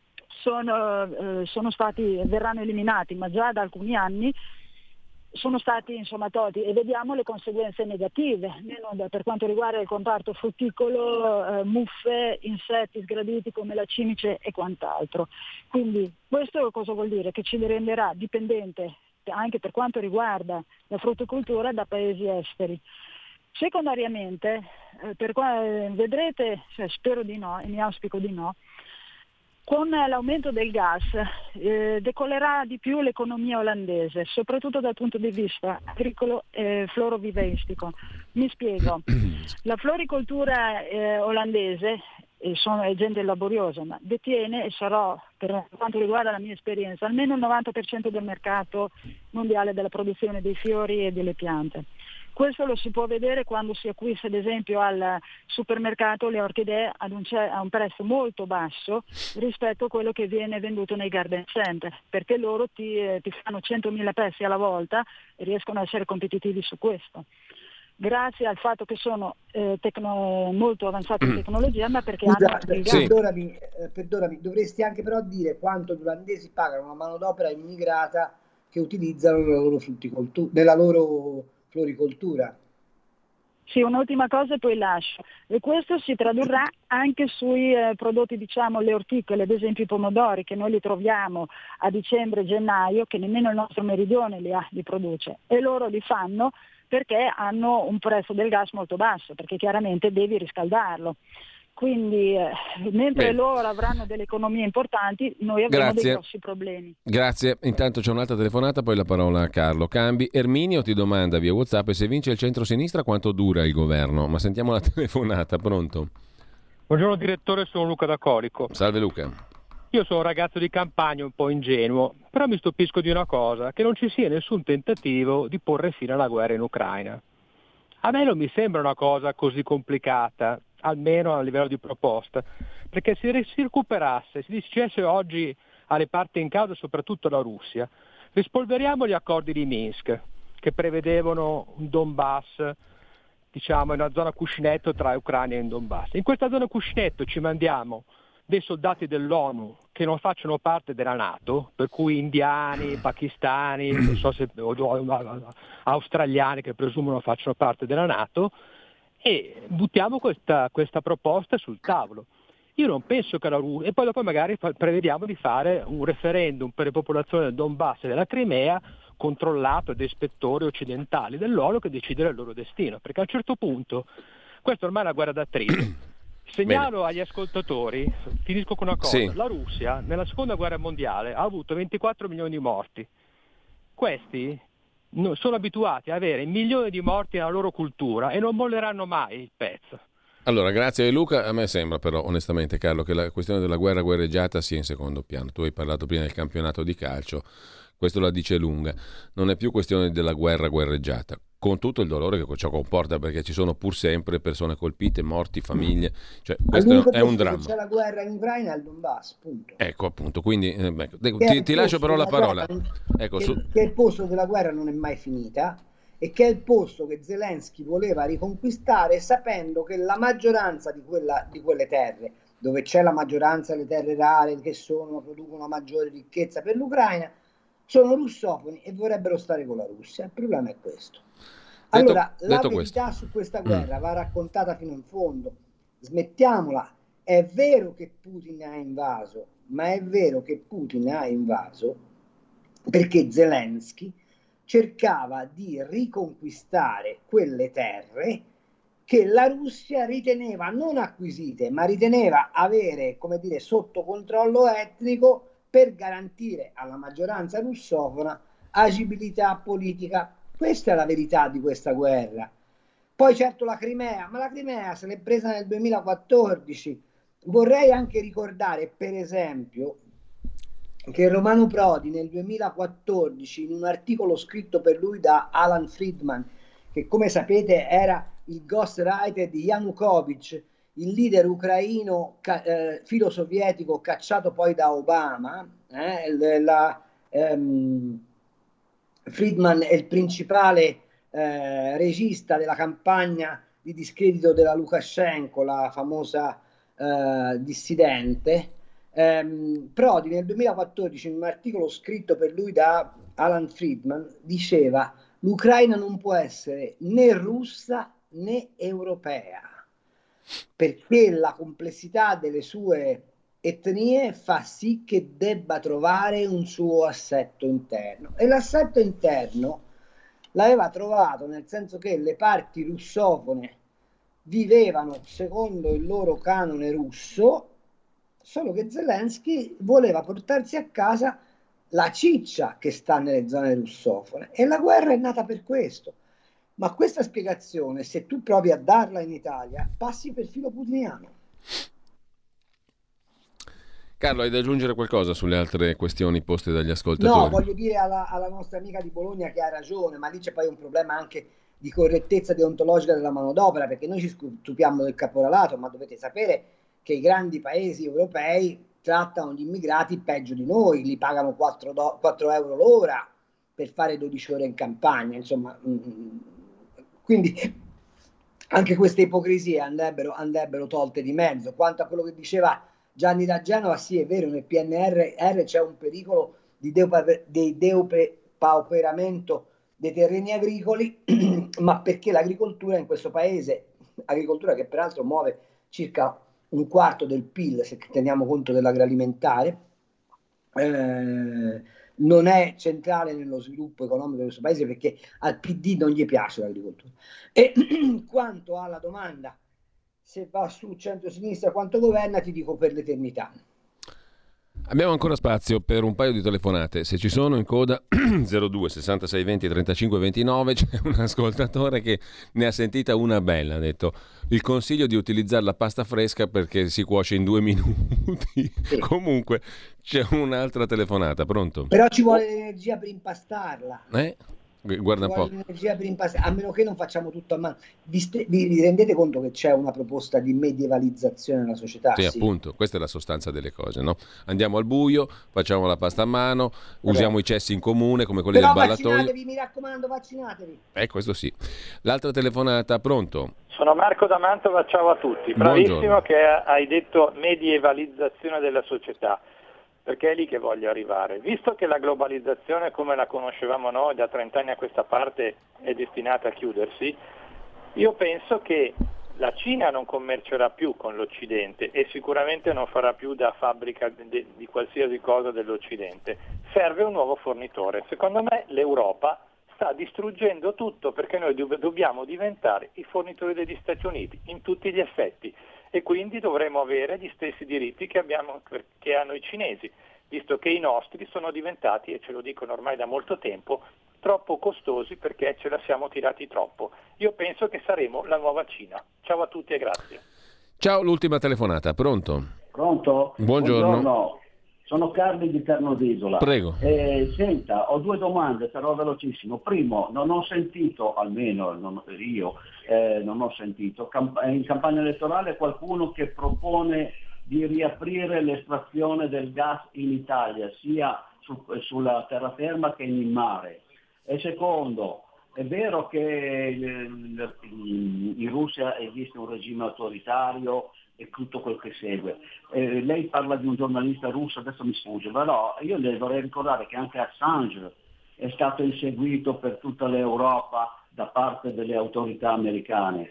verranno eliminati, ma già da alcuni anni sono stati tolti, e vediamo le conseguenze negative per quanto riguarda il comparto frutticolo, muffe, insetti sgraditi come la cimice e quant'altro. Quindi questo cosa vuol dire? Che ci renderà dipendente anche per quanto riguarda la frutticoltura da paesi esteri. Secondariamente, vedrete, spero di no e mi auspico di no, con l'aumento del gas decollerà di più l'economia olandese, soprattutto dal punto di vista agricolo e florovivaistico. Mi spiego. La floricoltura olandese è gente laboriosa, ma detiene, e sarò, per quanto riguarda la mia esperienza, almeno il 90% del mercato mondiale della produzione dei fiori e delle piante. Questo lo si può vedere quando si acquista, ad esempio, al supermercato le orchidee a un prezzo molto basso rispetto a quello che viene venduto nei garden center, perché loro ti fanno 100.000 pezzi alla volta e riescono a essere competitivi su questo. Grazie al fatto che sono molto avanzati in tecnologia, ma perché hanno il gas. Perdonami, dovresti anche però dire quanto gli olandesi pagano una manodopera immigrata che utilizzano nella loro floricoltura. Sì, un'ultima cosa e poi lascio. E questo si tradurrà anche sui prodotti, le orticole, ad esempio i pomodori, che noi li troviamo a dicembre, gennaio, che nemmeno il nostro meridione li produce, e loro li fanno perché hanno un prezzo del gas molto basso, perché chiaramente devi riscaldarlo. Quindi mentre loro avranno delle economie importanti, noi avremo dei grossi problemi. Grazie. Intanto c'è un'altra telefonata, poi la parola a Carlo Cambi. Erminio ti domanda via WhatsApp: se vince il centro-sinistra quanto dura il governo? Ma sentiamo la telefonata. Pronto? Buongiorno direttore, sono Luca da Colico. Salve Luca. Io sono un ragazzo di campagna un po' ingenuo, però mi stupisco di una cosa, che non ci sia nessun tentativo di porre fine alla guerra in Ucraina. A me non mi sembra una cosa così complicata, almeno a livello di proposta, perché se si recuperasse, si dicesse oggi alle parti in causa, soprattutto la Russia, rispolveriamo gli accordi di Minsk, che prevedevano un Donbass, in una zona cuscinetto tra Ucraina e Donbass. In questa zona cuscinetto ci mandiamo dei soldati dell'ONU che non facciano parte della NATO, per cui indiani, pakistani, non so se australiani che presumo non facciano parte della NATO, e buttiamo questa proposta sul tavolo. Io non penso che la Russia, e poi dopo magari prevediamo di fare un referendum per le popolazioni del Donbass e della Crimea controllato da ispettori occidentali dell'ONU che decidono il loro destino, perché a un certo punto, questa ormai è una guerra d'attrito. Segnalo agli ascoltatori, finisco con una cosa, sì. La Russia nella seconda guerra mondiale ha avuto 24 milioni di morti. Questi sono abituati a avere milioni di morti nella loro cultura e non molleranno mai il pezzo. Allora, grazie Luca. A me sembra però, onestamente Carlo, che la questione della guerra guerreggiata sia in secondo piano. Tu hai parlato prima del campionato di calcio, questo la dice lunga. Non è più questione della guerra guerreggiata. con tutto il dolore che ciò comporta, perché ci sono pur sempre persone colpite, morti, famiglie, cioè questo è un dramma. C'è la guerra in Ucraina e al Donbass, punto. Ecco, appunto, quindi ti lascio però la parola. Ecco, che il posto della guerra non è mai finita e che è il posto che Zelensky voleva riconquistare, sapendo che la maggioranza di quelle terre, dove c'è la maggioranza delle terre rare che producono maggiore ricchezza per l'Ucraina, sono russofoni e vorrebbero stare con la Russia. Il problema è questo. Allora, la verità su questa guerra va raccontata fino in fondo. Smettiamola. È vero che Putin ha invaso, ma è vero che Putin ha invaso perché Zelensky cercava di riconquistare quelle terre che la Russia riteneva non acquisite, ma riteneva avere, come dire, sotto controllo etnico per garantire alla maggioranza russofona agibilità politica. Questa è la verità di questa guerra. Poi certo la Crimea, ma la Crimea se l'è presa nel 2014. Vorrei anche ricordare, per esempio, che Romano Prodi nel 2014, in un articolo scritto per lui da Alan Friedman, che come sapete era il ghostwriter di Yanukovych, il leader ucraino filo-sovietico cacciato poi da Obama, Friedman è il principale regista della campagna di discredito della Lukashenko, la famosa dissidente. Prodi nel 2014, in un articolo scritto per lui da Alan Friedman, diceva: l'Ucraina non può essere né russa né europea, perché la complessità delle sue etnie fa sì che debba trovare un suo assetto interno, e l'assetto interno l'aveva trovato nel senso che le parti russofone vivevano secondo il loro canone russo, solo che Zelensky voleva portarsi a casa la ciccia che sta nelle zone russofone, e la guerra è nata per questo. Ma questa spiegazione, se tu provi a darla in Italia, passi per filo putiniano. Carlo, hai da aggiungere qualcosa sulle altre questioni poste dagli ascoltatori? No, voglio dire alla nostra amica di Bologna che ha ragione, ma lì c'è poi un problema anche di correttezza deontologica della manodopera, perché noi ci stupiamo del caporalato, ma dovete sapere che i grandi paesi europei trattano gli immigrati peggio di noi, li pagano 4 euro l'ora per fare 12 ore in campagna, insomma. Quindi anche queste ipocrisie andrebbero tolte di mezzo. Quanto a quello che diceva Gianni da Genova, sì, è vero, nel PNRR c'è un pericolo di depauperamento dei terreni agricoli, ma perché l'agricoltura in questo paese, agricoltura che peraltro muove circa un quarto del PIL, se teniamo conto dell'agroalimentare, non è centrale nello sviluppo economico di questo paese, perché al PD non gli piace l'agricoltura. E quanto alla domanda se va su centro-sinistra quanto governa, ti dico per l'eternità. Abbiamo ancora spazio per un paio di telefonate, se ci sono in coda 02 66 20 35 29. C'è un ascoltatore che ne ha sentita una bella, ha detto: il consiglio di utilizzare la pasta fresca perché si cuoce in 2 minuti. Sì. Comunque c'è un'altra telefonata, pronto? Però ci vuole l'energia per impastarla. Guarda un po'. A meno che non facciamo tutto a mano. Vi rendete conto che c'è una proposta di medievalizzazione della società? Sì, appunto, questa è la sostanza delle cose, no? Andiamo al buio, facciamo la pasta a mano, usiamo i cessi in comune come quelli del ballatoio. Vaccinatevi, mi raccomando, vaccinatevi. Questo sì. L'altra telefonata, pronto? Sono Marco da Mantova, ciao a tutti. Bravissimo. Buongiorno. Che hai detto medievalizzazione della società, perché è lì che voglio arrivare. Visto che la globalizzazione come la conoscevamo noi da 30 anni a questa parte è destinata a chiudersi, io penso che la Cina non commercerà più con l'Occidente e sicuramente non farà più da fabbrica di qualsiasi cosa dell'Occidente. Serve un nuovo fornitore. Secondo me l'Europa sta distruggendo tutto, perché noi dobbiamo diventare i fornitori degli Stati Uniti in tutti gli effetti, e quindi dovremo avere gli stessi diritti che hanno i cinesi, visto che i nostri sono diventati, e ce lo dicono ormai da molto tempo, troppo costosi perché ce la siamo tirati troppo. Io penso che saremo la nuova Cina. Ciao a tutti e grazie. Ciao, l'ultima telefonata, pronto? Pronto? Buongiorno. Sono Carli di Ternodesola. Prego. Senta, ho 2 domande, sarò velocissimo. Primo, non ho sentito, almeno non ho sentito, in campagna elettorale qualcuno che propone di riaprire l'estrazione del gas in Italia, sia sulla terraferma che in mare. E secondo, è vero che in Russia esiste un regime autoritario e tutto quel che segue. Lei parla di un giornalista russo, adesso mi sfugge, però io le vorrei ricordare che anche Assange è stato inseguito per tutta l'Europa da parte delle autorità americane.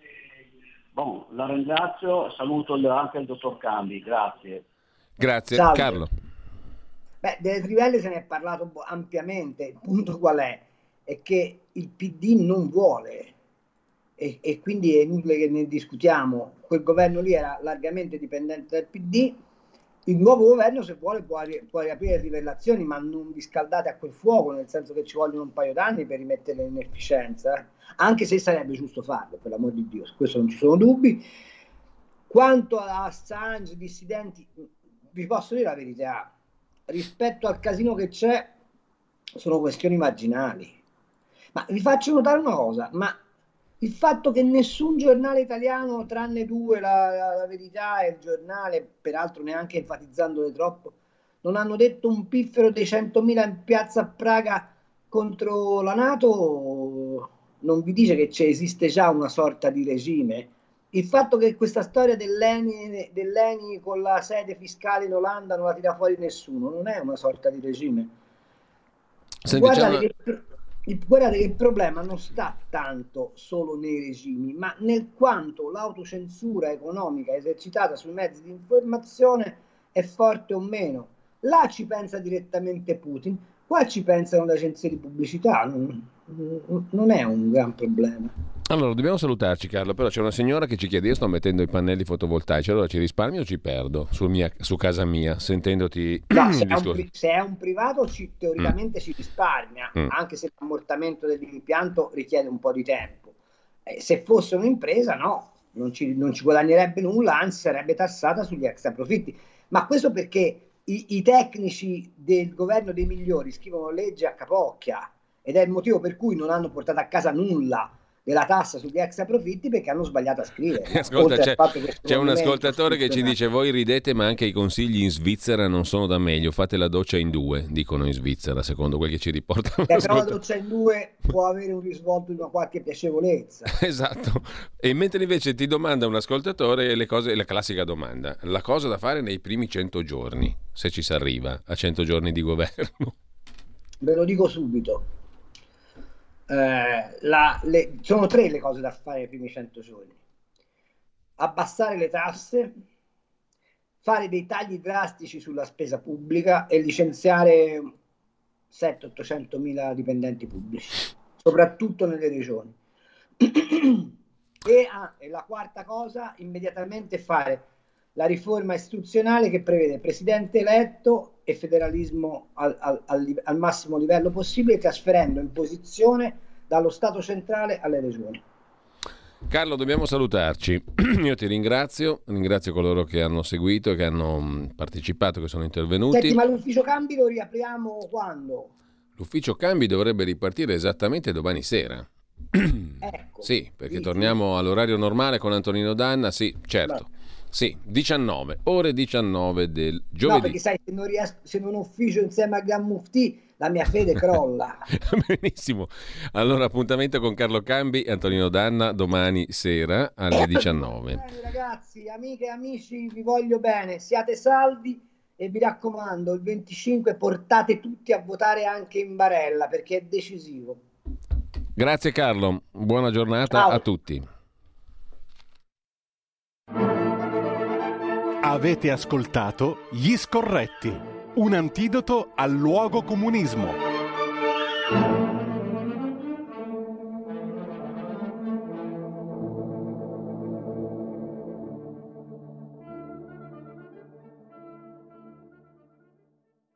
Bon, la ringrazio, saluto anche il dottor Cambi, grazie. Grazie. Salve. Carlo. Delle trivelle se ne è parlato ampiamente, il punto qual è? È che il PD non vuole, e quindi è inutile che ne discutiamo. Quel governo lì era largamente dipendente dal PD. Il nuovo governo, se vuole, può riaprire rivelazioni, ma non vi scaldate a quel fuoco, nel senso che ci vogliono un paio d'anni per rimetterle in efficienza, anche se sarebbe giusto farlo, per l'amor di Dio, su questo non ci sono dubbi. Quanto a Assange, dissidenti, vi posso dire la verità, rispetto al casino che c'è, sono questioni marginali. Ma vi faccio notare una cosa, ma il fatto che nessun giornale italiano, tranne 2, la Verità e il Giornale, peraltro neanche enfatizzandole troppo, non hanno detto un piffero dei 100.000 in piazza a Praga contro la NATO, non vi dice che esiste già una sorta di regime? Il fatto che questa storia dell'ENI con la sede fiscale in Olanda non la tira fuori nessuno, non è una sorta di regime? Guardate che il problema non sta tanto solo nei regimi, ma nel quanto l'autocensura economica esercitata sui mezzi di informazione è forte o meno. Là ci pensa direttamente Putin, qua ci pensano le agenzie di pubblicità, non è un gran problema. Allora, dobbiamo salutarci, Carlo, però c'è una signora che ci chiede: io sto mettendo i pannelli fotovoltaici, allora ci risparmio o ci perdo su casa mia, sentendoti? No, se è un privato teoricamente ci risparmia, anche se l'ammortamento dell'impianto richiede un po' di tempo. Se fosse un'impresa no, non ci guadagnerebbe nulla, anzi sarebbe tassata sugli extraprofitti. Ma questo perché i tecnici del governo dei migliori scrivono legge a capocchia, ed è il motivo per cui non hanno portato a casa nulla della tassa sugli extraprofitti, perché hanno sbagliato a scrivere. Ascolta, c'è un ascoltatore che ci dice: voi ridete, ma anche i consigli in Svizzera non sono da meglio, fate la doccia in 2, dicono in Svizzera, secondo quel che ci riportano. Però la doccia in 2 può avere un risvolto di una qualche piacevolezza. Esatto. E mentre invece ti domanda un ascoltatore la classica domanda: la cosa da fare nei primi 100 giorni, se ci si arriva a 100 giorni di governo? Ve lo dico subito. Sono 3 le cose da fare nei primi 100 giorni: abbassare le tasse, fare dei tagli drastici sulla spesa pubblica e licenziare 700-800 mila dipendenti pubblici, soprattutto nelle regioni. E la quarta cosa, immediatamente fare la riforma istituzionale che prevede presidente eletto e federalismo al massimo livello possibile, trasferendo imposizione dallo Stato centrale alle regioni. Carlo, dobbiamo salutarci. Io ti ringrazio coloro che hanno seguito e che hanno partecipato, che sono intervenuti. Senti, ma l'ufficio cambi lo riapriamo quando? L'ufficio cambi dovrebbe ripartire esattamente domani sera. Ecco. Sì, perché torniamo all'orario normale con Antonino Danna, sì, certo. Beh. Sì, ore 19 del giovedì. No, perché sai, se non ufficio insieme a Gran Mufti, la mia fede crolla. Benissimo. Allora, appuntamento con Carlo Cambi e Antonino Danna domani sera alle 19. Bene, ragazzi, amiche e amici, vi voglio bene, siate saldi e vi raccomando, il 25 portate tutti a votare anche in barella, perché è decisivo. Grazie Carlo, buona giornata. Ciao a tutti. Avete ascoltato Gli Scorretti, un antidoto al luogo comunismo.